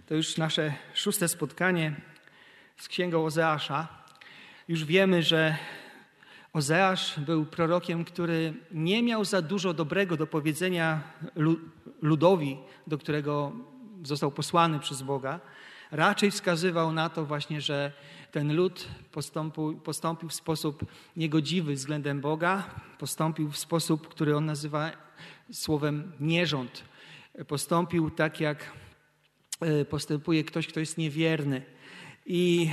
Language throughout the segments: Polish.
To już nasze 6. spotkanie z Księgą Ozeasza. Już wiemy, że Ozeasz był prorokiem, który nie miał za dużo dobrego do powiedzenia ludowi, do którego został posłany przez Boga. Raczej wskazywał na to właśnie, że ten lud postąpił w sposób niegodziwy względem Boga, postąpił w sposób, który on nazywa słowem nierząd. Postąpił tak, jak postępuje ktoś, kto jest niewierny. I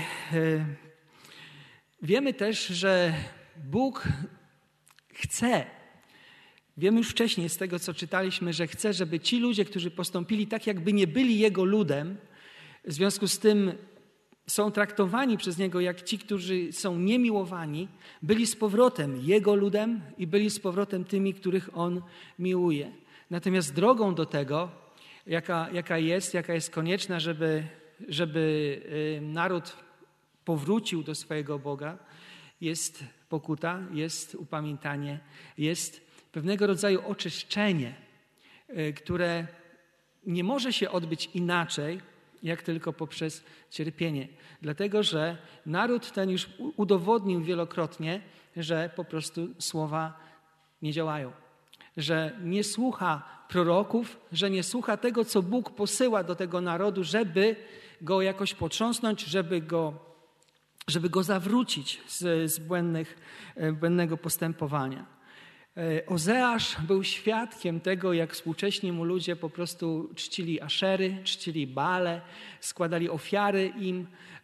wiemy też, że Bóg chce, wiemy już wcześniej z tego, co czytaliśmy, że chce, żeby ci ludzie, którzy postąpili tak, jakby nie byli Jego ludem, w związku z tym są traktowani przez Niego jak ci, którzy są niemiłowani, byli z powrotem Jego ludem i byli z powrotem tymi, których On miłuje. Natomiast drogą do tego, jaka jest konieczna, żeby naród powrócił do swojego Boga, jest pokuta, jest upamiętanie, jest pewnego rodzaju oczyszczenie, które nie może się odbyć inaczej, jak tylko poprzez cierpienie. Dlatego, że naród ten już udowodnił wielokrotnie, że po prostu słowa nie działają. Że nie słucha proroków, że nie słucha tego, co Bóg posyła do tego narodu, żeby go jakoś potrząsnąć, żeby go zawrócić z błędnego postępowania. Ozeasz był świadkiem tego, jak współcześni mu ludzie po prostu czcili Aszery, czcili Baale, składali ofiary im.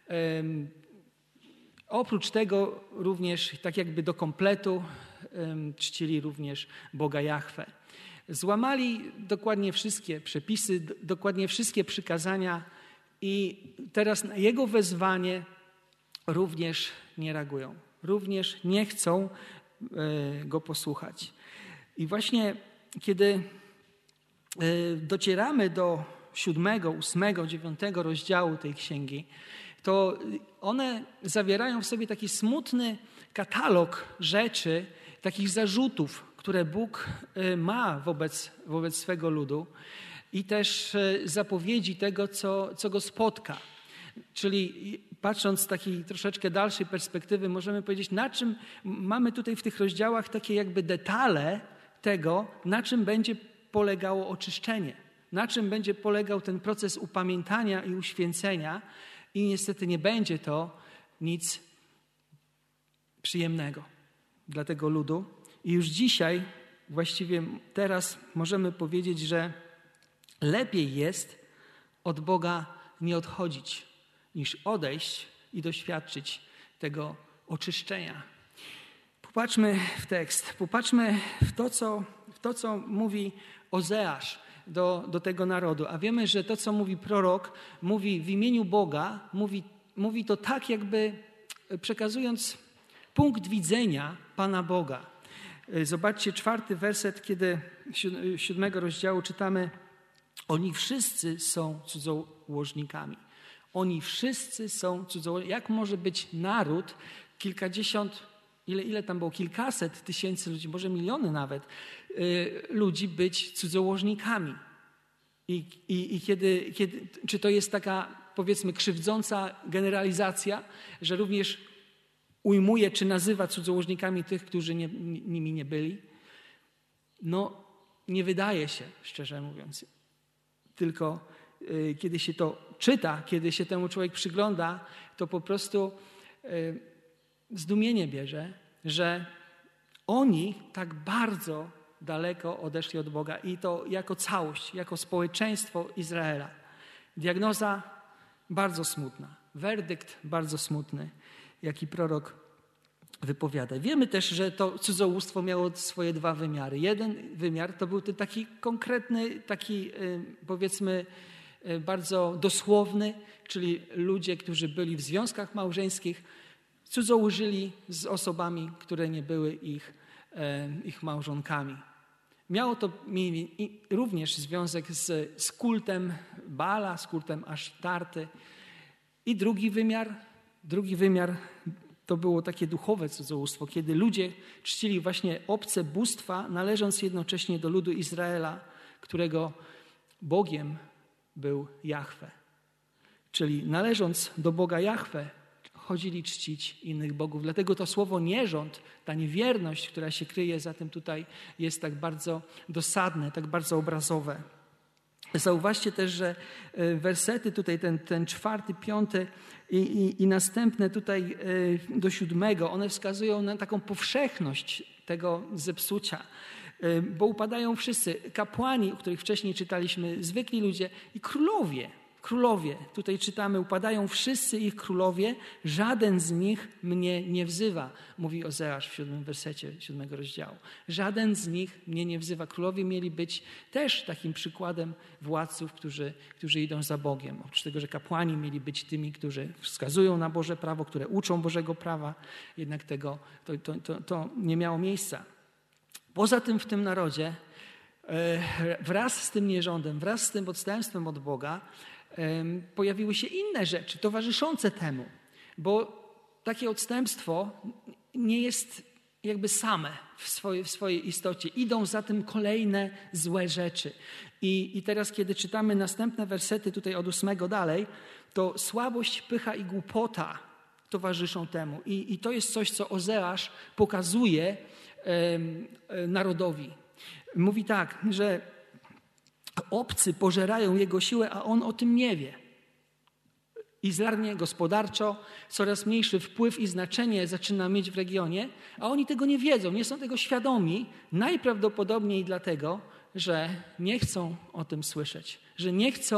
Oprócz tego również, tak jakby do kompletu, czcili również Boga Jahwe. Złamali dokładnie wszystkie przepisy, dokładnie wszystkie przykazania i teraz na jego wezwanie również nie reagują. Również nie chcą go posłuchać. I właśnie kiedy docieramy do 7., 8., 9 rozdziału tej księgi, to one zawierają w sobie taki smutny katalog rzeczy, takich zarzutów, które Bóg ma wobec swego ludu i też zapowiedzi tego, co go spotka. Czyli patrząc z takiej troszeczkę dalszej perspektywy, możemy powiedzieć, na czym mamy tutaj w tych rozdziałach takie jakby detale tego, na czym będzie polegało oczyszczenie, na czym będzie polegał ten proces upamiętania i uświęcenia i niestety nie będzie to nic przyjemnego dla tego ludu. I już dzisiaj, właściwie teraz możemy powiedzieć, że lepiej jest od Boga nie odchodzić, niż odejść i doświadczyć tego oczyszczenia. Popatrzmy w tekst, popatrzmy w to, co mówi Ozeasz do tego narodu. A wiemy, że to, co mówi prorok, mówi w imieniu Boga, mówi to tak, jakby przekazując punkt widzenia Pana Boga. Zobaczcie 4. werset, kiedy 7 rozdziału czytamy: oni wszyscy są cudzołożnikami. Oni wszyscy są cudzołożnikami. Jak może być naród, kilkadziesiąt, ile tam było, kilkaset tysięcy ludzi, może miliony nawet, ludzi być cudzołożnikami? I kiedy, czy to jest taka, powiedzmy, krzywdząca generalizacja, że również ujmuje, czy nazywa cudzołożnikami tych, którzy nimi nie byli? No, nie wydaje się, szczerze mówiąc. Tylko kiedy się to czyta, kiedy się temu człowiek przygląda, to po prostu zdumienie bierze, że oni tak bardzo daleko odeszli od Boga i to jako całość, jako społeczeństwo Izraela. Diagnoza bardzo smutna, werdykt bardzo smutny, jaki prorok wypowiada. Wiemy też, że to cudzołóstwo miało swoje 2 wymiary. Jeden wymiar to był ten taki konkretny, taki powiedzmy bardzo dosłowny, czyli ludzie, którzy byli w związkach małżeńskich, cudzołożyli z osobami, które nie były ich małżonkami. Miało to również związek z kultem Baala, z kultem Asztarty. I drugi wymiar to było takie duchowe cudzołóstwo, kiedy ludzie czcili właśnie obce bóstwa, należąc jednocześnie do ludu Izraela, którego Bogiem był Jahwe. czyli należąc do Boga Jahwe, chodzili czcić innych bogów. Dlatego to słowo nierząd, ta niewierność, która się kryje za tym tutaj, jest tak bardzo dosadne, tak bardzo obrazowe. Zauważcie też, że wersety tutaj, ten 4, 5 i następne tutaj do 7, one wskazują na taką powszechność tego zepsucia, bo upadają wszyscy kapłani, o których wcześniej czytaliśmy, zwykli ludzie i królowie. Królowie, tutaj czytamy, upadają wszyscy ich królowie, żaden z nich mnie nie wzywa, mówi Ozeasz w 7 wersecie 7 rozdziału. Żaden z nich mnie nie wzywa. Królowie mieli być też takim przykładem władców, którzy idą za Bogiem. Oprócz tego, że kapłani mieli być tymi, którzy wskazują na Boże prawo, które uczą Bożego prawa, jednak to nie miało miejsca. Poza tym w tym narodzie, wraz z tym nierządem, wraz z tym odstępstwem od Boga, pojawiły się inne rzeczy towarzyszące temu, bo takie odstępstwo nie jest jakby same w swojej istocie. Idą za tym kolejne złe rzeczy. I teraz, kiedy czytamy następne wersety tutaj od 8 dalej, to słabość, pycha i głupota towarzyszą temu. I to jest coś, co Ozeasz pokazuje narodowi. Mówi tak, że obcy pożerają jego siłę, a on o tym nie wie. I zlarnie gospodarczo coraz mniejszy wpływ i znaczenie zaczyna mieć w regionie, a oni tego nie wiedzą, nie są tego świadomi, najprawdopodobniej dlatego, że nie chcą o tym słyszeć, że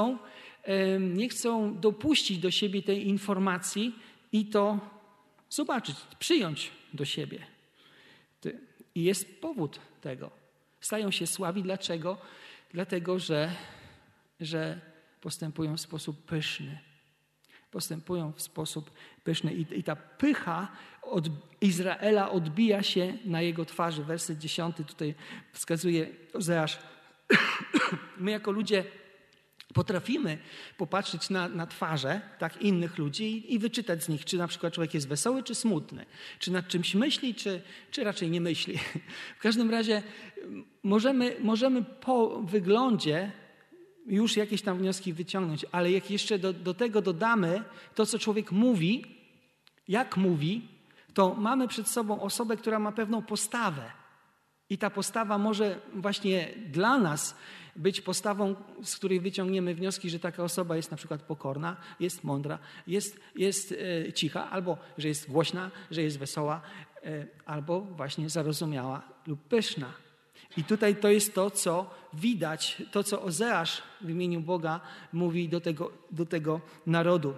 nie chcą dopuścić do siebie tej informacji i to zobaczyć, przyjąć do siebie. I jest powód tego. Stają się słabi. Dlaczego? Dlatego, że postępują w sposób pyszny. Postępują w sposób pyszny. I ta pycha od Izraela odbija się na jego twarzy. Werset 10 tutaj wskazuje Ozeasz. My jako ludzie potrafimy popatrzeć na twarze tak, innych ludzi i wyczytać z nich, czy na przykład człowiek jest wesoły, czy smutny, czy nad czymś myśli, czy raczej nie myśli. W każdym razie możemy po wyglądzie już jakieś tam wnioski wyciągnąć, ale jak jeszcze do tego dodamy to, co człowiek mówi, jak mówi, to mamy przed sobą osobę, która ma pewną postawę. I ta postawa może właśnie dla nas być postawą, z której wyciągniemy wnioski, że taka osoba jest na przykład pokorna, jest mądra, jest cicha, albo że jest głośna, że jest wesoła, albo właśnie zarozumiała lub pyszna. I tutaj to jest to, co widać, to, co Ozeasz w imieniu Boga mówi do tego narodu.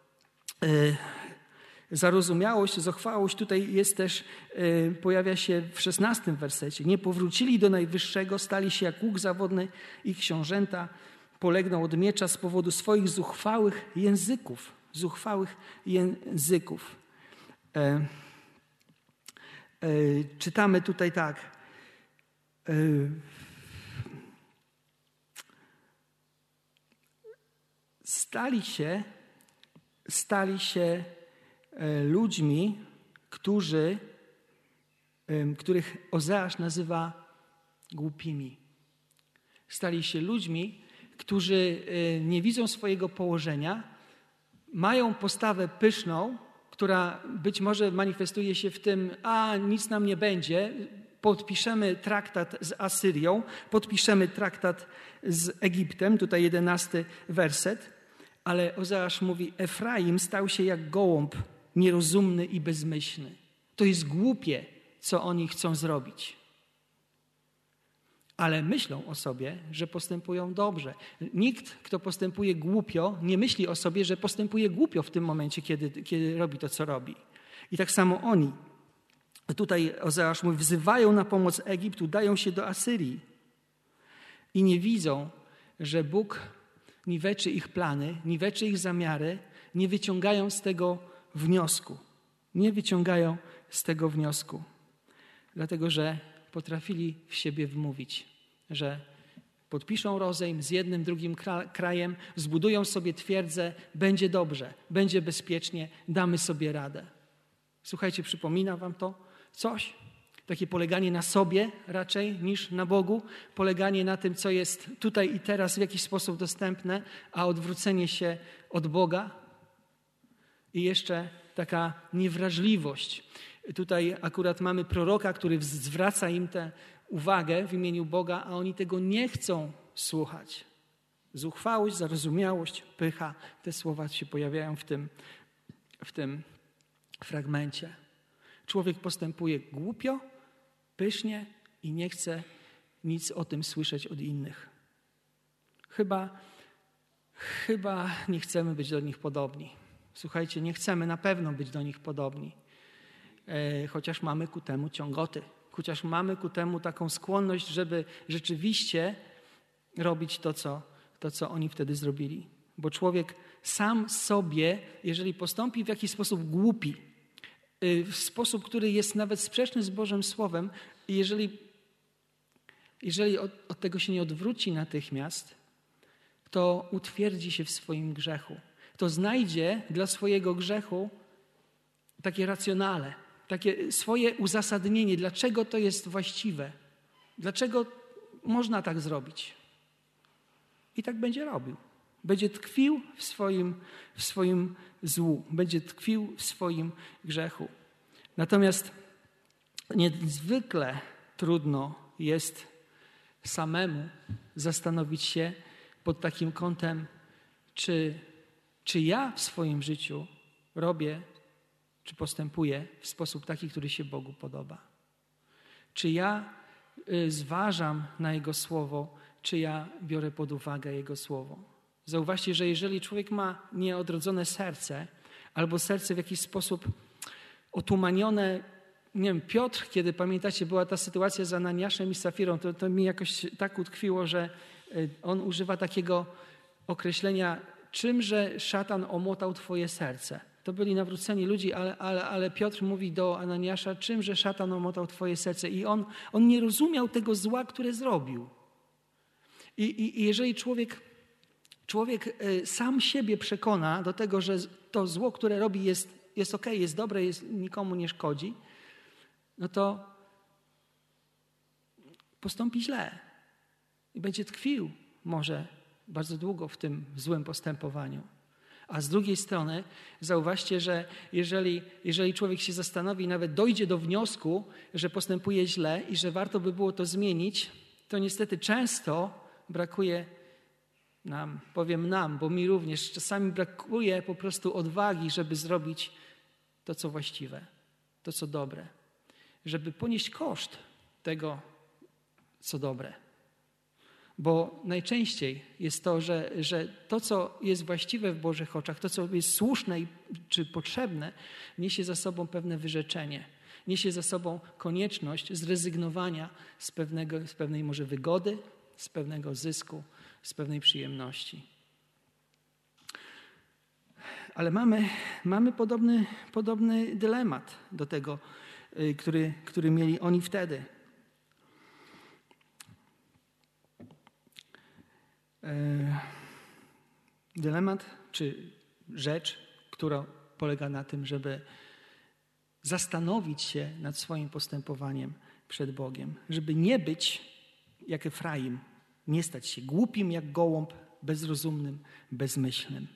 Zarozumiałość, zuchwałość tutaj jest też, pojawia się w 16 wersecie. Nie powrócili do Najwyższego, stali się jak łuk zawodny, ich książęta polegną od miecza z powodu swoich zuchwałych języków. Czytamy tutaj tak. Stali się ludźmi, których Ozeasz nazywa głupimi. Stali się ludźmi, którzy nie widzą swojego położenia, mają postawę pyszną, która być może manifestuje się w tym, nic nam nie będzie, podpiszemy traktat z Asyrią, podpiszemy traktat z Egiptem, tutaj 11 werset, ale Ozeasz mówi, Efraim stał się jak gołąb, nierozumny i bezmyślny. To jest głupie, co oni chcą zrobić. Ale myślą o sobie, że postępują dobrze. Nikt, kto postępuje głupio, nie myśli o sobie, że postępuje głupio w tym momencie, kiedy robi to, co robi. I tak samo oni. Tutaj Ozeasz mówi, wzywają na pomoc Egipt, udają się do Asyrii i nie widzą, że Bóg niweczy ich plany, niweczy ich zamiary, nie wyciągają z tego wniosku. Nie wyciągają z tego wniosku. Dlatego, że potrafili w siebie wmówić, że podpiszą rozejm z jednym, drugim krajem, zbudują sobie twierdzę, będzie dobrze, będzie bezpiecznie, damy sobie radę. Słuchajcie, przypomina wam to coś? Takie poleganie na sobie raczej niż na Bogu, poleganie na tym, co jest tutaj i teraz w jakiś sposób dostępne, a odwrócenie się od Boga i jeszcze taka niewrażliwość. Tutaj akurat mamy proroka, który zwraca im tę uwagę w imieniu Boga, a oni tego nie chcą słuchać. Zuchwałość, zarozumiałość, pycha. Te słowa się pojawiają w tym fragmencie. Człowiek postępuje głupio, pysznie i nie chce nic o tym słyszeć od innych. Chyba nie chcemy być do nich podobni. Słuchajcie, nie chcemy na pewno być do nich podobni. Chociaż mamy ku temu ciągoty. Chociaż mamy ku temu taką skłonność, żeby rzeczywiście robić to, co oni wtedy zrobili. Bo człowiek sam sobie, jeżeli postąpi w jakiś sposób głupi, w sposób, który jest nawet sprzeczny z Bożym Słowem, jeżeli od tego się nie odwróci natychmiast, to utwierdzi się w swoim grzechu. To znajdzie dla swojego grzechu takie racjonale, takie swoje uzasadnienie, dlaczego to jest właściwe, dlaczego można tak zrobić. I tak będzie robił. Będzie tkwił w swoim złu, będzie tkwił w swoim grzechu. Natomiast niezwykle trudno jest samemu zastanowić się pod takim kątem, czy ja w swoim życiu robię, czy postępuję w sposób taki, który się Bogu podoba. Czy ja zważam na Jego Słowo, czy ja biorę pod uwagę Jego Słowo. Zauważcie, że jeżeli człowiek ma nieodrodzone serce, albo serce w jakiś sposób otumanione, nie wiem, Piotr, kiedy pamiętacie, była ta sytuacja z Ananiaszem i Safirą, to mi jakoś tak utkwiło, że on używa takiego określenia, czymże szatan omotał twoje serce. To byli nawróceni ludzi, ale Piotr mówi do Ananiasza, czymże szatan omotał twoje serce. I on nie rozumiał tego zła, które zrobił. I jeżeli człowiek sam siebie przekona do tego, że to zło, które robi jest okej, jest dobre, nikomu nie szkodzi, no to postąpi źle i będzie tkwił może bardzo długo w tym złym postępowaniu. A z drugiej strony zauważcie, że jeżeli człowiek się zastanowi, nawet dojdzie do wniosku, że postępuje źle i że warto by było to zmienić, to niestety często brakuje nam, bo mi również czasami brakuje po prostu odwagi, żeby zrobić to, co właściwe, to, co dobre, żeby ponieść koszt tego, co dobre. Bo najczęściej jest to, że to, co jest właściwe w Bożych oczach, to, co jest słuszne czy potrzebne, niesie za sobą pewne wyrzeczenie. Niesie za sobą konieczność zrezygnowania z pewnej może wygody, z pewnego zysku, z pewnej przyjemności. Ale mamy podobny dylemat do tego, który mieli oni wtedy. Dylemat czy rzecz, która polega na tym, żeby zastanowić się nad swoim postępowaniem przed Bogiem. Żeby nie być jak Efraim, nie stać się głupim jak gołąb, bezrozumnym, bezmyślnym.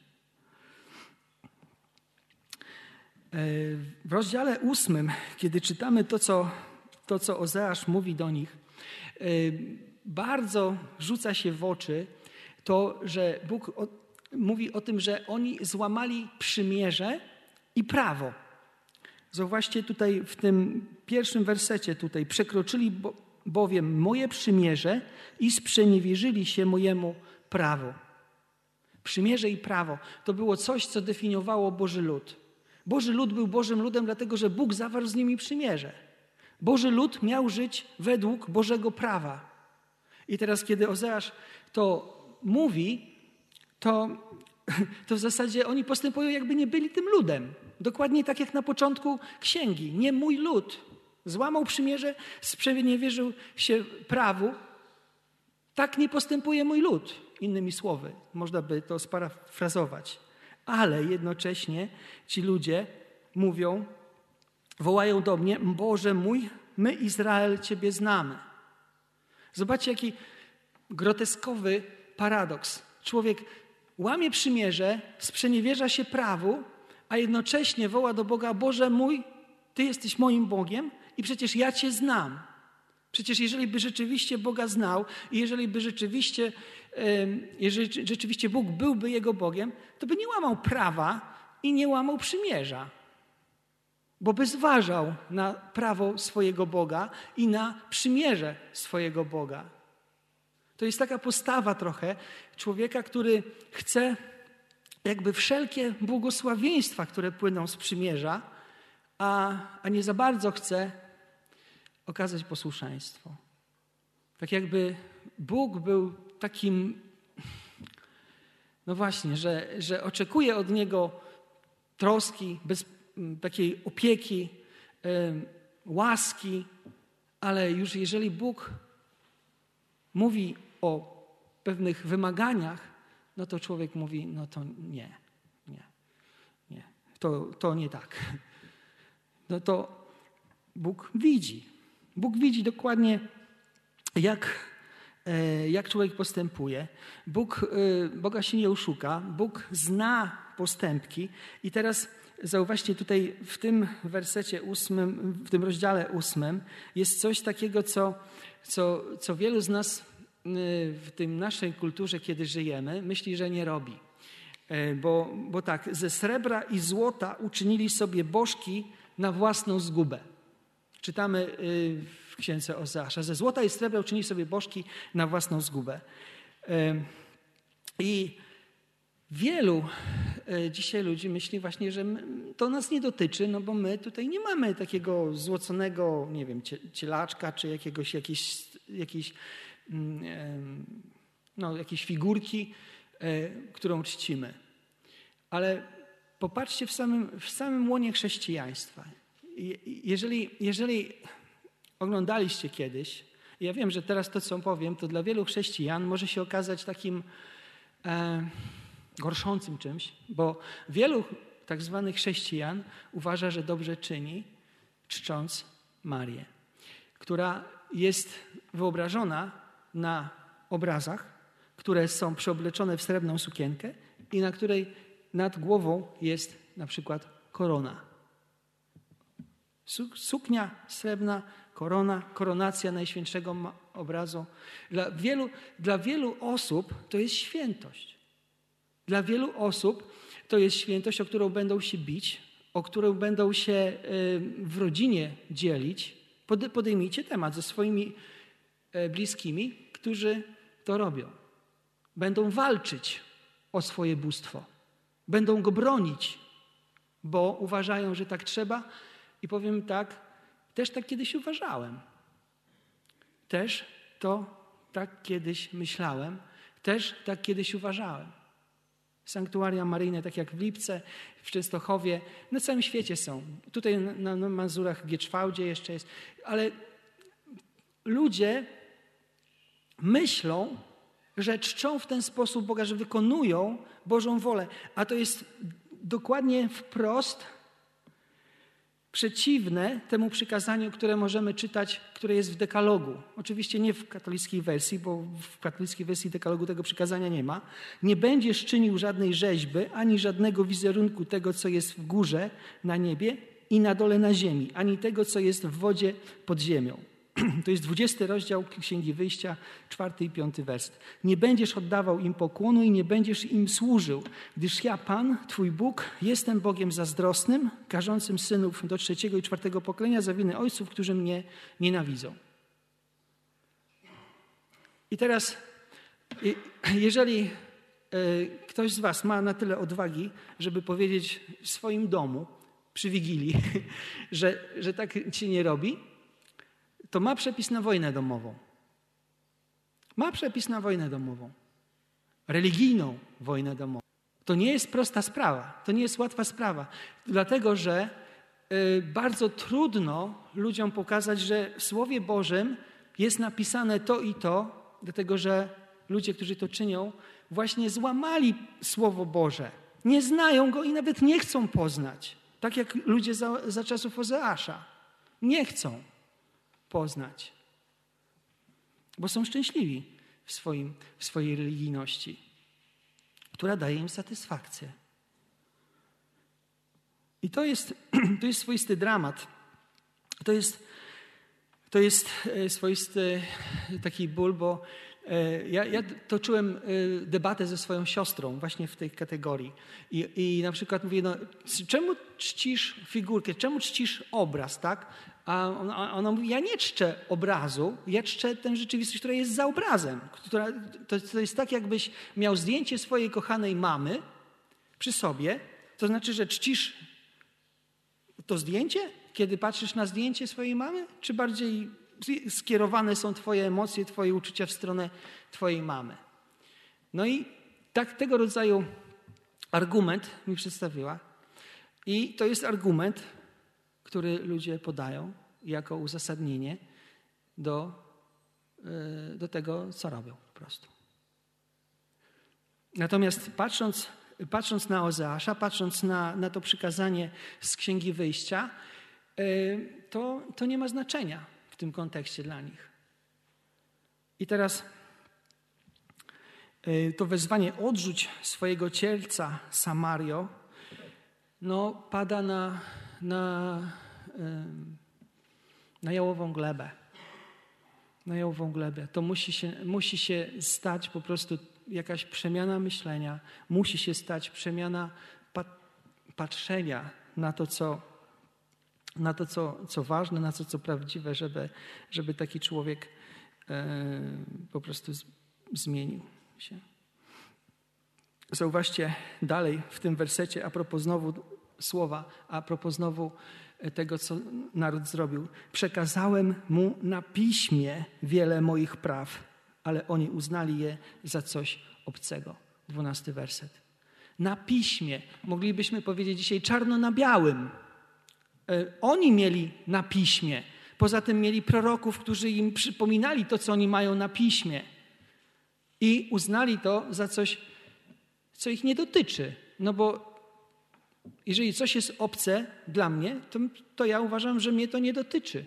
W rozdziale 8, kiedy czytamy to, co Ozeasz mówi do nich, bardzo rzuca się w oczy to, że Bóg mówi o tym, że oni złamali przymierze i prawo. Zauważcie tutaj w tym pierwszym wersecie tutaj. Przekroczyli bowiem moje przymierze i sprzeniewierzyli się mojemu prawu. Przymierze i prawo to było coś, co definiowało Boży lud. Boży lud był Bożym ludem, dlatego że Bóg zawarł z nimi przymierze. Boży lud miał żyć według Bożego prawa. I teraz, kiedy Ozeasz to mówi, to w zasadzie oni postępują, jakby nie byli tym ludem. Dokładnie tak jak na początku księgi. Nie mój lud. Złamał przymierze, sprzeniewierzył się prawu. Tak nie postępuje mój lud. Innymi słowy, można by to sparafrazować. Ale jednocześnie ci ludzie mówią, wołają do mnie, Boże mój, my Izrael Ciebie znamy. Zobaczcie, jaki groteskowy paradoks. Człowiek łamie przymierze, sprzeniewierza się prawu, a jednocześnie woła do Boga: Boże mój, Ty jesteś moim Bogiem i przecież ja Cię znam. Przecież jeżeli by rzeczywiście Boga znał i jeżeli rzeczywiście Bóg byłby jego Bogiem, to by nie łamał prawa i nie łamał przymierza. Bo by zważał na prawo swojego Boga i na przymierze swojego Boga. To jest taka postawa trochę człowieka, który chce jakby wszelkie błogosławieństwa, które płyną z przymierza, a nie za bardzo chce okazać posłuszeństwo. Tak jakby Bóg był takim, no właśnie, że oczekuje od niego troski, takiej opieki, łaski, ale już jeżeli Bóg mówi o pewnych wymaganiach, no to człowiek mówi: no to nie, to nie tak. No to Bóg widzi dokładnie, jak człowiek postępuje. Boga się nie oszuka. Bóg zna postępki. I teraz zauważcie, tutaj w tym wersecie 8, w tym rozdziale 8 jest coś takiego, co wielu z nas w tym naszej kulturze, kiedy żyjemy, myśli, że nie robi. Bo tak, ze srebra i złota uczynili sobie bożki na własną zgubę. Czytamy w księdze Ozeasza: ze złota i srebra uczynili sobie bożki na własną zgubę. I wielu dzisiaj ludzi myśli właśnie, że to nas nie dotyczy, no bo my tutaj nie mamy takiego złoconego, nie wiem, cielaczka czy jakiejś figurki, którą czcimy. Ale popatrzcie w samym łonie chrześcijaństwa. Jeżeli oglądaliście kiedyś, ja wiem, że teraz to, co powiem, to dla wielu chrześcijan może się okazać takim gorszącym czymś, bo wielu tak zwanych chrześcijan uważa, że dobrze czyni, czcząc Marię, która jest wyobrażona na obrazach, które są przeobleczone w srebrną sukienkę i na której nad głową jest na przykład korona. Suknia srebrna, koronacja Najświętszego Obrazu. Dla wielu osób to jest świętość. Dla wielu osób to jest świętość, o którą będą się bić, o którą będą się w rodzinie dzielić. Podejmijcie temat ze swoimi bliskimi, którzy to robią. Będą walczyć o swoje bóstwo. Będą go bronić, bo uważają, że tak trzeba. I powiem tak, też tak kiedyś uważałem. Też to tak kiedyś myślałem. Też tak kiedyś uważałem. Sanktuaria maryjne, tak jak w Lipce, w Częstochowie, na całym świecie są. Tutaj na Mazurach w Gieczwałdzie jeszcze jest. Ale ludzie myślą, że czczą w ten sposób Boga, że wykonują Bożą wolę. A to jest dokładnie wprost przeciwne temu przykazaniu, które możemy czytać, które jest w dekalogu. Oczywiście nie w katolickiej wersji, bo w katolickiej wersji dekalogu tego przykazania nie ma. Nie będziesz czynił żadnej rzeźby, ani żadnego wizerunku tego, co jest w górze na niebie i na dole na ziemi, ani tego, co jest w wodzie pod ziemią. To jest 20 rozdział Księgi Wyjścia, 4 i 5 werset. Nie będziesz oddawał im pokłonu i nie będziesz im służył, gdyż ja, Pan, Twój Bóg, jestem Bogiem zazdrosnym, karzącym synów do 3. i 4. pokolenia za winy ojców, którzy mnie nienawidzą. I teraz, jeżeli ktoś z was ma na tyle odwagi, żeby powiedzieć w swoim domu przy Wigilii, że tak się nie robi, to ma przepis na wojnę domową. Ma przepis na wojnę domową. Religijną wojnę domową. To nie jest prosta sprawa. To nie jest łatwa sprawa. Dlatego, że bardzo trudno ludziom pokazać, że w Słowie Bożym jest napisane to i to, dlatego że ludzie, którzy to czynią, właśnie złamali Słowo Boże. Nie znają Go i nawet nie chcą poznać. Tak jak ludzie za czasów Ozeasza. Nie chcą poznać, bo są szczęśliwi w swojej religijności. która daje im satysfakcję. I to jest swoisty dramat. To jest swoisty taki ból, bo ja toczyłem debatę ze swoją siostrą właśnie w tej kategorii. I na przykład mówię, no, czemu czcisz figurkę, czemu czcisz obraz, tak? A ona mówi, ja nie czczę obrazu, ja czczę tę rzeczywistość, która jest za obrazem. To jest tak, jakbyś miał zdjęcie swojej kochanej mamy przy sobie, to znaczy, że czcisz to zdjęcie, kiedy patrzysz na zdjęcie swojej mamy, czy bardziej skierowane są twoje emocje, twoje uczucia w stronę twojej mamy. No i tego rodzaju argument mi przedstawiła. I to jest argument, który ludzie podają jako uzasadnienie do tego, co robią po prostu. Natomiast patrząc na Ozeasza, patrząc na to przykazanie z Księgi Wyjścia, to nie ma znaczenia w tym kontekście dla nich. I teraz to wezwanie odrzuć swojego cielca Samario, no, pada na jałową glebę. Na jałową glebę. To musi się stać po prostu jakaś przemiana myślenia, musi się stać przemiana patrzenia na to, co ważne, na to, co prawdziwe, żeby taki człowiek po prostu zmienił się. Zauważcie dalej w tym wersecie, a propos znowu słowa, a propos znowu tego, co naród zrobił. Przekazałem mu na piśmie wiele moich praw, ale oni uznali je za coś obcego. 12 werset. Na piśmie. Moglibyśmy powiedzieć dzisiaj czarno na białym. Oni mieli na piśmie. Poza tym mieli proroków, którzy im przypominali to, co oni mają na piśmie. I uznali to za coś, co ich nie dotyczy. No bo jeżeli coś jest obce dla mnie, to ja uważam, że mnie to nie dotyczy.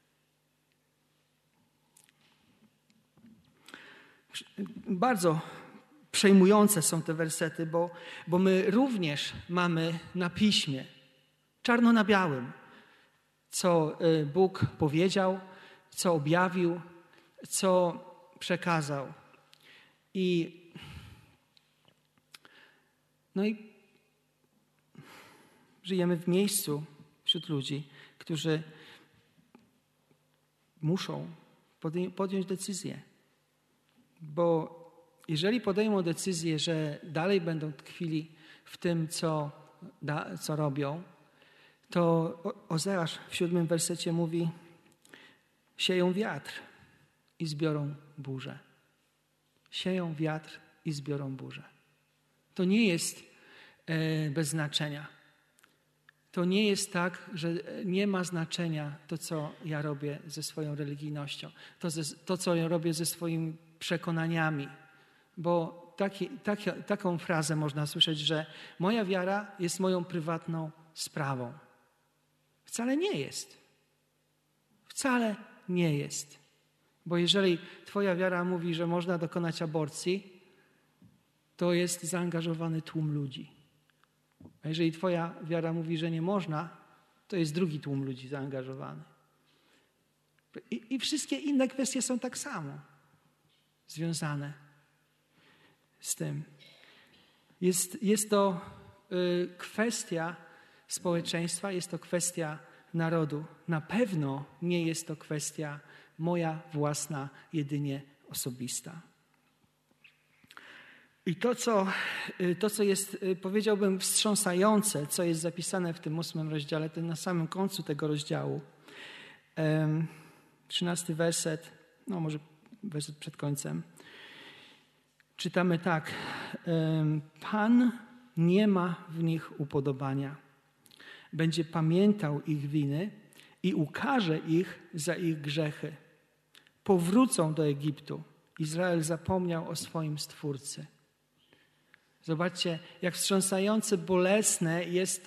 Bardzo przejmujące są te wersety, bo my również mamy na piśmie, czarno na białym, co Bóg powiedział, co objawił, co przekazał. I żyjemy w miejscu wśród ludzi, którzy muszą podjąć decyzję. Bo jeżeli podejmą decyzję, że dalej będą tkwili w tym, co robią, to Ozeasz w 7 wersecie mówi: sieją wiatr i zbiorą burzę. Sieją wiatr i zbiorą burzę. To nie jest bez znaczenia. To nie jest tak, że nie ma znaczenia to, co ja robię ze swoją religijnością, to co ja robię ze swoimi przekonaniami. Bo taką frazę można słyszeć, że moja wiara jest moją prywatną sprawą. Wcale nie jest. Wcale nie jest. Bo jeżeli twoja wiara mówi, że można dokonać aborcji, to jest zaangażowany tłum ludzi. A jeżeli twoja wiara mówi, że nie można, to jest drugi tłum ludzi zaangażowany. I wszystkie inne kwestie są tak samo związane z tym. Jest to kwestia społeczeństwa, jest to kwestia narodu. Na pewno nie jest to kwestia moja własna, jedynie osobista. I to, co jest, powiedziałbym, wstrząsające, co jest zapisane w tym 8 rozdziale, to na samym końcu tego rozdziału. 13 werset, no może werset przed końcem. Czytamy tak. Pan nie ma w nich upodobania. Będzie pamiętał ich winy i ukarze ich za ich grzechy. Powrócą do Egiptu. Izrael zapomniał o swoim Stwórcy. Zobaczcie, jak wstrząsające, bolesne jest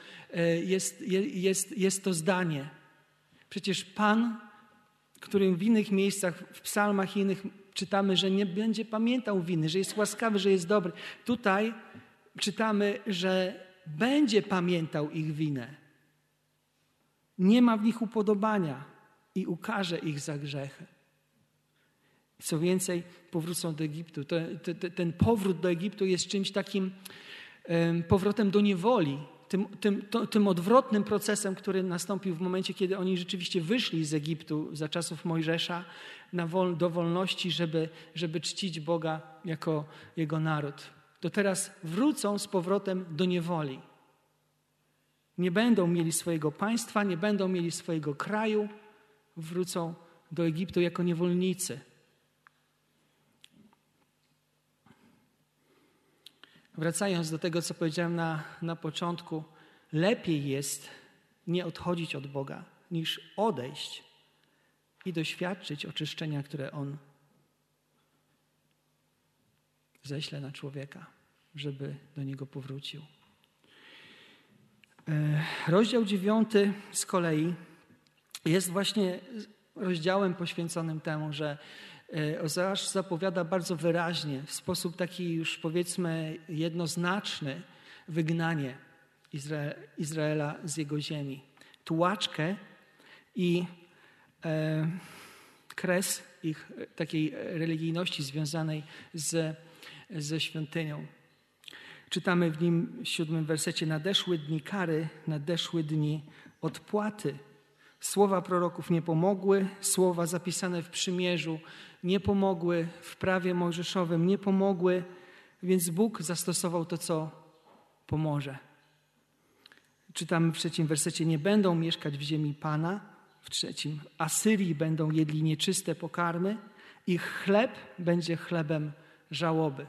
to zdanie. Przecież Pan, którym w innych miejscach, w psalmach i innych czytamy, że nie będzie pamiętał winy, że jest łaskawy, że jest dobry. Tutaj czytamy, że będzie pamiętał ich winę. Nie ma w nich upodobania i ukarze ich za grzechy. Co więcej, powrócą do Egiptu. Ten powrót do Egiptu jest czymś takim powrotem do niewoli, tym odwrotnym procesem, który nastąpił w momencie, kiedy oni rzeczywiście wyszli z Egiptu za czasów Mojżesza do wolności, żeby czcić Boga jako Jego naród. To teraz wrócą z powrotem do niewoli. Nie będą mieli swojego państwa, nie będą mieli swojego kraju. Wrócą do Egiptu jako niewolnicy. Wracając do tego, co powiedziałem na początku, lepiej jest nie odchodzić od Boga, niż odejść i doświadczyć oczyszczenia, które On ześle na człowieka, żeby do Niego powrócił. Rozdział 9 z kolei jest właśnie rozdziałem poświęconym temu, że Ozeasz zapowiada bardzo wyraźnie, w sposób taki już powiedzmy jednoznaczny, wygnanie Izraela z jego ziemi. Tułaczkę i kres ich takiej religijności związanej ze świątynią. Czytamy w nim w 7 wersecie: nadeszły dni kary, nadeszły dni odpłaty. Słowa proroków nie pomogły, słowa zapisane w przymierzu nie pomogły, w prawie mojżeszowym nie pomogły, więc Bóg zastosował to, co pomoże. Czytamy w 3 wersecie: nie będą mieszkać w ziemi Pana. W 3: Asyrii będą jedli nieczyste pokarmy, ich chleb będzie chlebem żałoby.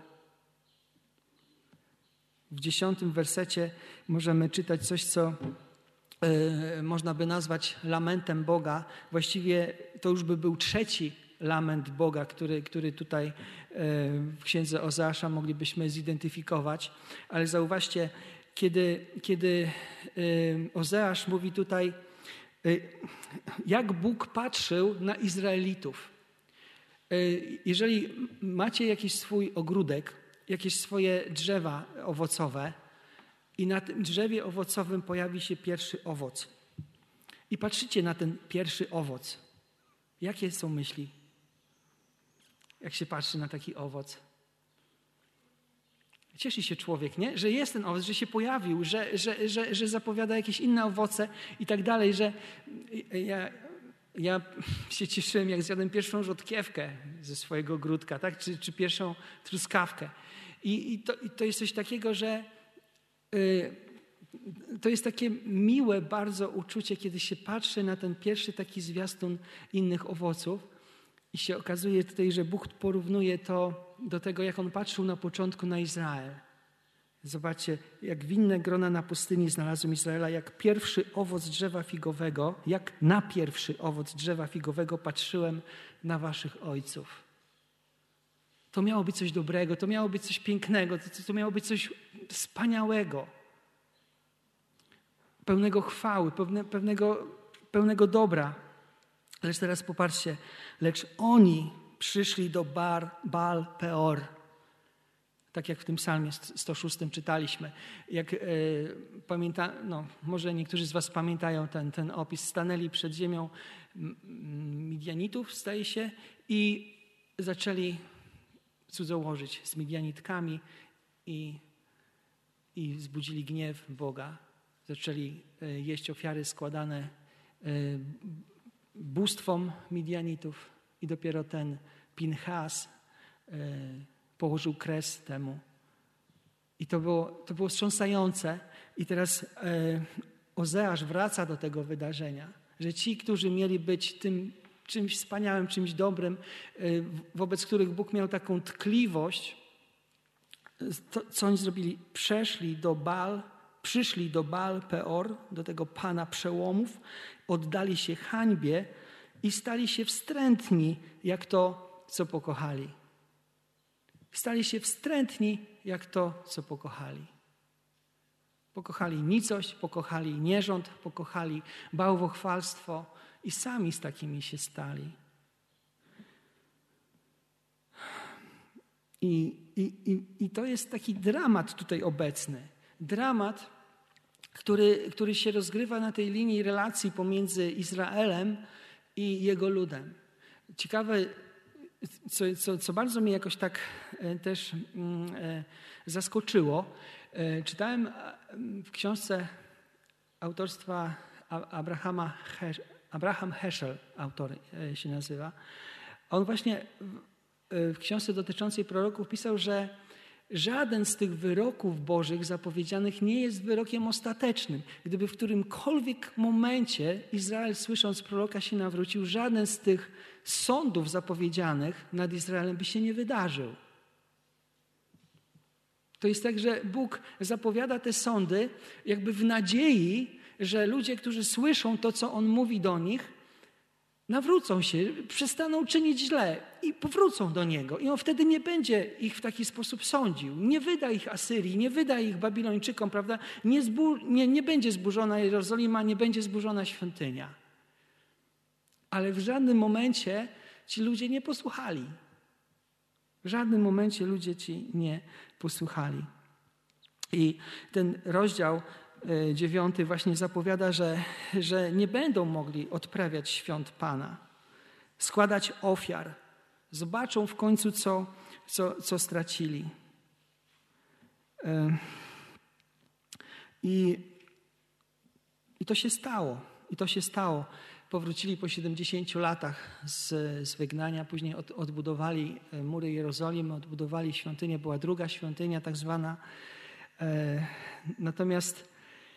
W 10 wersecie możemy czytać coś, co można by nazwać lamentem Boga. Właściwie to już by był 3. lament Boga, który tutaj w księdze Ozeasza moglibyśmy zidentyfikować. Ale zauważcie, kiedy Ozeasz mówi tutaj, jak Bóg patrzył na Izraelitów. Jeżeli macie jakiś swój ogródek, jakieś swoje drzewa owocowe i na tym drzewie owocowym pojawi się pierwszy owoc i patrzycie na ten pierwszy owoc, jakie są myśli? Jak się patrzy na taki owoc? Cieszy się człowiek, nie? Że jest ten owoc, że się pojawił, że zapowiada jakieś inne owoce i tak dalej, że ja się cieszyłem, jak zjadłem pierwszą rzodkiewkę ze swojego ogródka, tak? Czy pierwszą truskawkę. I to jest coś takiego, że to jest takie miłe bardzo uczucie, kiedy się patrzy na ten pierwszy taki zwiastun innych owoców i się okazuje tutaj, że Bóg porównuje to do tego, jak On patrzył na początku na Izrael. Zobaczcie, jak winne grona na pustyni znalazłem Izraela, jak pierwszy owoc drzewa figowego, jak na pierwszy owoc drzewa figowego patrzyłem na waszych ojców. To miało być coś dobrego, to miało być coś pięknego, to miało być coś wspaniałego, pełnego chwały, pełnego dobra. Lecz teraz popatrzcie, lecz oni przyszli do Baal Peor. Tak jak w tym psalmie 106 czytaliśmy. Jak może niektórzy z was pamiętają ten opis. Stanęli przed ziemią Midianitów, zdaje się, i zaczęli cudzołożyć z Midianitkami i wzbudzili gniew Boga. Zaczęli jeść ofiary składane bóstwom Midianitów i dopiero ten Pinchas położył kres temu. I to było wstrząsające. I teraz Ozeasz wraca do tego wydarzenia, że ci, którzy mieli być tym czymś wspaniałym, czymś dobrym, wobec których Bóg miał taką tkliwość, co oni zrobili? Przyszli do Baal Peor, do tego Pana przełomów, oddali się hańbie i stali się wstrętni, jak to, co pokochali. Stali się wstrętni, jak to, co pokochali. Pokochali nicość, pokochali nierząd, pokochali bałwochwalstwo i sami z takimi się stali. I to jest taki dramat tutaj obecny. Dramat, który się rozgrywa na tej linii relacji pomiędzy Izraelem i jego ludem. Ciekawe, co bardzo mnie jakoś tak też zaskoczyło. Czytałem w książce autorstwa Abraham Heschel, autor się nazywa. On właśnie w książce dotyczącej proroków pisał, że żaden z tych wyroków bożych zapowiedzianych nie jest wyrokiem ostatecznym. Gdyby w którymkolwiek momencie Izrael, słysząc proroka, się nawrócił, żaden z tych sądów zapowiedzianych nad Izraelem by się nie wydarzył. To jest tak, że Bóg zapowiada te sądy jakby w nadziei, że ludzie, którzy słyszą to, co On mówi do nich, nawrócą się, przestaną czynić źle i powrócą do Niego. I On wtedy nie będzie ich w taki sposób sądził. Nie wyda ich Asyrii, nie wyda ich Babilończykom, prawda? Nie będzie zburzona Jerozolima, nie będzie zburzona świątynia. Ale w żadnym momencie ci ludzie nie posłuchali. W żadnym momencie ludzie ci nie posłuchali. I ten rozdział 9 właśnie zapowiada, że nie będą mogli odprawiać świąt Pana, składać ofiar. Zobaczą w końcu, co stracili. I to się stało. I to się stało. Powrócili po 70 latach z wygnania, później odbudowali mury Jerozolimy, odbudowali świątynię, była druga świątynia tak zwana. Natomiast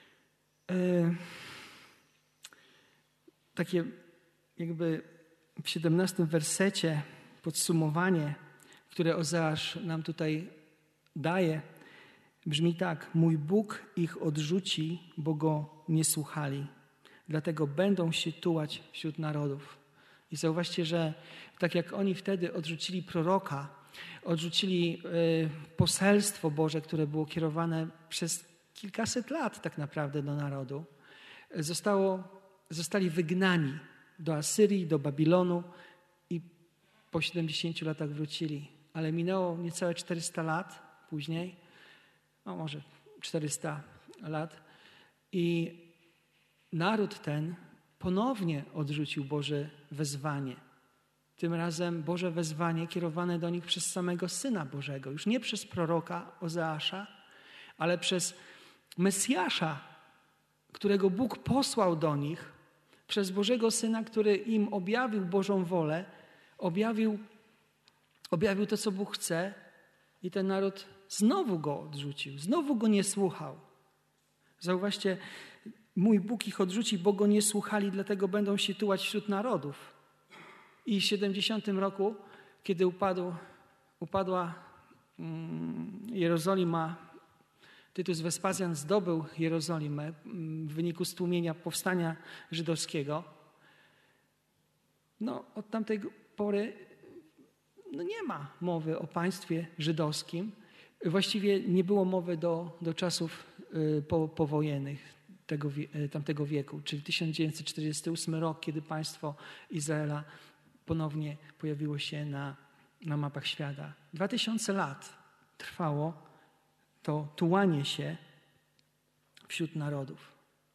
takie jakby w 17 wersecie podsumowanie, które Ozeasz nam tutaj daje, brzmi tak: mój Bóg ich odrzuci, bo Go nie słuchali. Dlatego będą się tułać wśród narodów. I zauważcie, że tak jak oni wtedy odrzucili proroka, odrzucili poselstwo Boże, które było kierowane przez kilkaset lat tak naprawdę do narodu, zostali wygnani do Asyrii, do Babilonu i po 70 latach wrócili. Ale minęło niecałe 400 lat później, no może 400 lat i naród ten ponownie odrzucił Boże wezwanie. Tym razem Boże wezwanie kierowane do nich przez samego Syna Bożego. Już nie przez proroka Ozeasza, ale przez Mesjasza, którego Bóg posłał do nich, przez Bożego Syna, który im objawił Bożą wolę, objawił to, co Bóg chce, i ten naród znowu Go odrzucił, znowu Go nie słuchał. Zauważcie, mój Bóg ich odrzuci, bo Go nie słuchali, dlatego będą się tułać wśród narodów. I w 70 roku, kiedy upadła Jerozolima, Tytus Wespazjan zdobył Jerozolimę w wyniku stłumienia powstania żydowskiego. No, od tamtej pory nie ma mowy o państwie żydowskim. Właściwie nie było mowy do czasów powojennych tamtego wieku, czyli 1948 rok, kiedy państwo Izraela ponownie pojawiło się na mapach świata. 2000 lat trwało to tułanie się wśród narodów.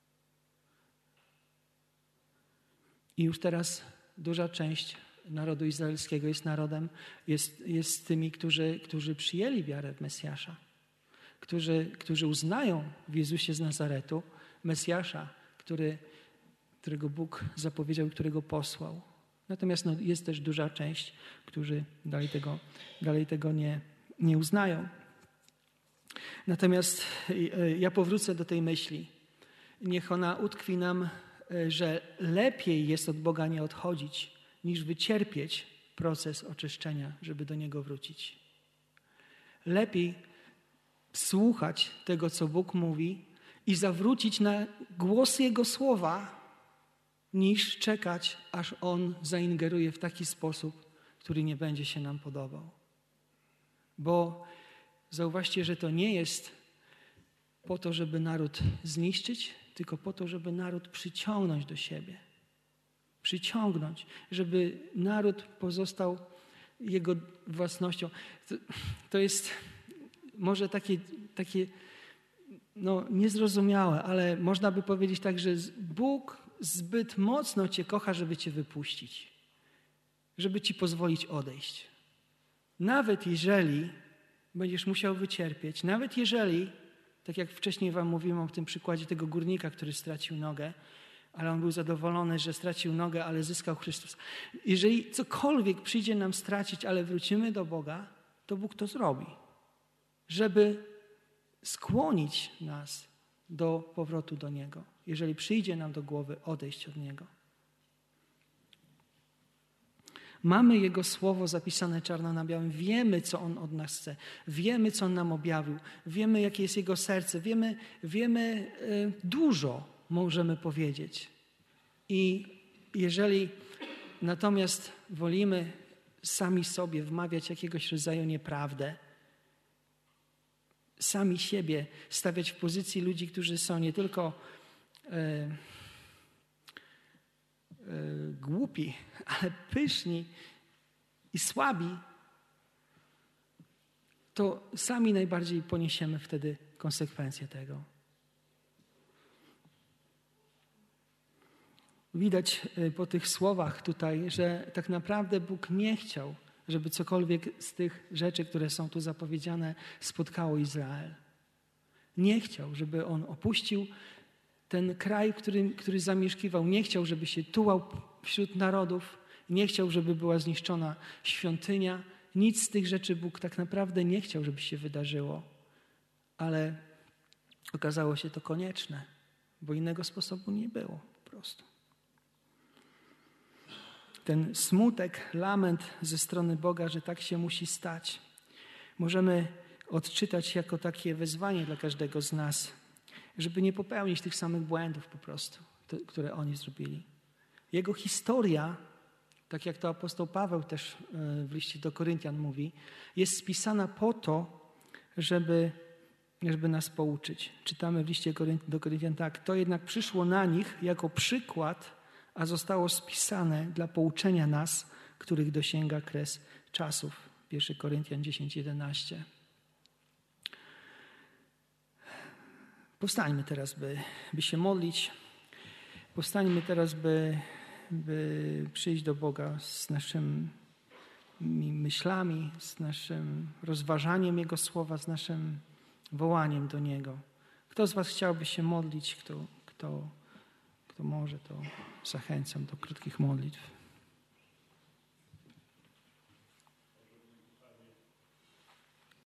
I już teraz duża część narodu izraelskiego jest tymi, którzy przyjęli wiarę w Mesjasza, którzy uznają w Jezusie z Nazaretu Mesjasza, którego Bóg zapowiedział i którego posłał. Natomiast jest też duża część, którzy dalej tego nie uznają. Natomiast ja powrócę do tej myśli. Niech ona utkwi nam, że lepiej jest od Boga nie odchodzić, niż wycierpieć proces oczyszczenia, żeby do Niego wrócić. Lepiej słuchać tego, co Bóg mówi i zawrócić na głos Jego słowa, niż czekać, aż On zaingeruje w taki sposób, który nie będzie się nam podobał. Bo zauważcie, że to nie jest po to, żeby naród zniszczyć, tylko po to, żeby naród przyciągnąć do siebie. Przyciągnąć, żeby naród pozostał Jego własnością. To jest może takie niezrozumiałe, ale można by powiedzieć tak, że Bóg zbyt mocno cię kocha, żeby cię wypuścić, żeby ci pozwolić odejść. Nawet jeżeli będziesz musiał wycierpieć, nawet jeżeli, tak jak wcześniej wam mówiłem o tym przykładzie tego górnika, który stracił nogę, ale on był zadowolony, że stracił nogę, ale zyskał Chrystusa. Jeżeli cokolwiek przyjdzie nam stracić, ale wrócimy do Boga, to Bóg to zrobi, żeby skłonić nas do powrotu do Niego, jeżeli przyjdzie nam do głowy odejść od Niego. Mamy Jego Słowo zapisane czarno na białym. Wiemy, co On od nas chce. Wiemy, co On nam objawił. Wiemy, jakie jest Jego serce. Wiemy dużo możemy powiedzieć. I jeżeli natomiast wolimy sami sobie wmawiać jakiegoś rodzaju nieprawdę, sami siebie stawiać w pozycji ludzi, którzy są nie tylko głupi, ale pyszni i słabi, to sami najbardziej poniesiemy wtedy konsekwencje tego. Widać po tych słowach tutaj, że tak naprawdę Bóg nie chciał, żeby cokolwiek z tych rzeczy, które są tu zapowiedziane, spotkało Izrael. Nie chciał, żeby on opuścił ten kraj, który zamieszkiwał. Nie chciał, żeby się tułał wśród narodów. Nie chciał, żeby była zniszczona świątynia. Nic z tych rzeczy Bóg tak naprawdę nie chciał, żeby się wydarzyło. Ale okazało się to konieczne, bo innego sposobu nie było po prostu. Ten smutek, lament ze strony Boga, że tak się musi stać, możemy odczytać jako takie wezwanie dla każdego z nas, żeby nie popełnić tych samych błędów po prostu, które oni zrobili. Jego historia, tak jak to apostoł Paweł też w liście do Koryntian mówi, jest spisana po to, żeby nas pouczyć. Czytamy w liście do Koryntian tak: to jednak przyszło na nich jako przykład, a zostało spisane dla pouczenia nas, których dosięga kres czasów. 1 Koryntian 10:11. Powstańmy teraz, by się modlić. Powstańmy teraz, by przyjść do Boga z naszymi myślami, z naszym rozważaniem Jego słowa, z naszym wołaniem do Niego. Kto z was chciałby się modlić? Kto może, to zachęcam do krótkich modlitw.